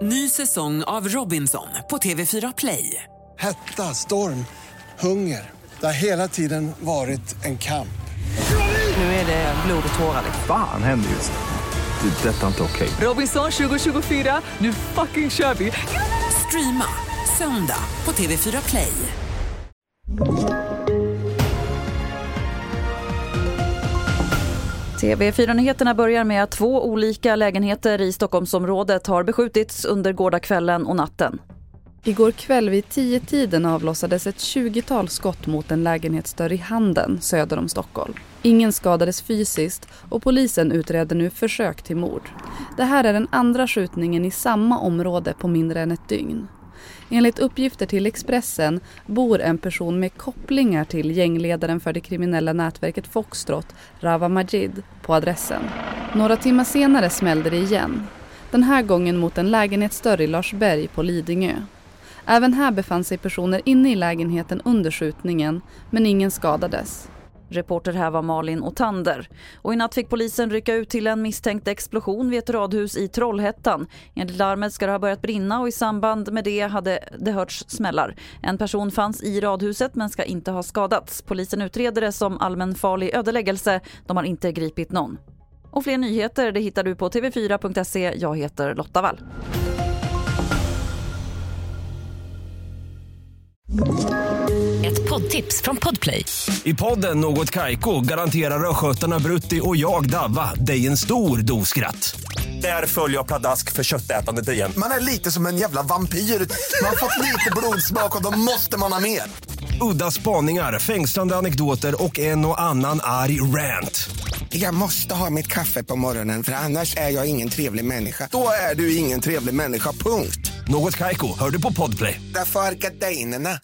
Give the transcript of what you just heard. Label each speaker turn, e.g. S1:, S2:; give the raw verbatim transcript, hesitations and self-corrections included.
S1: Ny säsong av Robinson på T V fyra Play.
S2: Hetta, storm, hunger. Det har hela tiden varit en kamp.
S1: Nu är det blod och tårar.
S3: Fan händer just det. Det är detta inte okej.
S1: Robinson tjugo tjugofyra, nu fucking kör vi. Streama söndag på T V fyra Play.
S4: T V fyra-nyheterna börjar med att två olika lägenheter i Stockholmsområdet har beskjutits under gårdagskvällen och natten. Igår kväll vid tio-tiden avlossades ett tjugotal skott mot en lägenhetsdörr i Handen söder om Stockholm. Ingen skadades fysiskt och polisen utreder nu försök till mord. Det här är den andra skjutningen i samma område på mindre än ett dygn. Enligt uppgifter till Expressen bor en person med kopplingar till gängledaren för det kriminella nätverket Foxtrot, Rawa Majid, på adressen. Några timmar senare smällde det igen. Den här gången mot en lägenhetsdörr i Larsberg på Lidingö. Även här befann sig personer inne i lägenheten under skjutningen, men ingen skadades. Reporter här var Malin Otander. Och i natt fick polisen rycka ut till en misstänkt explosion vid ett radhus i Trollhättan. Enligt larmet ska det ha börjat brinna och i samband med det hade det hörts smällar. En person fanns i radhuset men ska inte ha skadats. Polisen utreder det som allmänfarlig ödeläggelse. De har inte gripit någon. Och fler nyheter det hittar du på t v fyra punkt se. Jag heter Lotta Wall.
S5: Ett poddtips från Podplay.
S6: I podden Något Kaiko garanterar röskötarna Brutti och jag Davva dig en stor doskratt. Där följer jag pladask för köttätandet igen.
S7: Man är lite som en jävla vampyr. Man har fått lite blodsmak och då måste man ha mer.
S6: Udda spaningar, fängslande anekdoter och en och annan arg rant.
S7: Jag måste ha mitt kaffe på morgonen för annars är jag ingen trevlig människa. Då är du ingen trevlig människa, punkt.
S6: Något Kaiko, hör du på Podplay.
S7: Därför är gardinerna.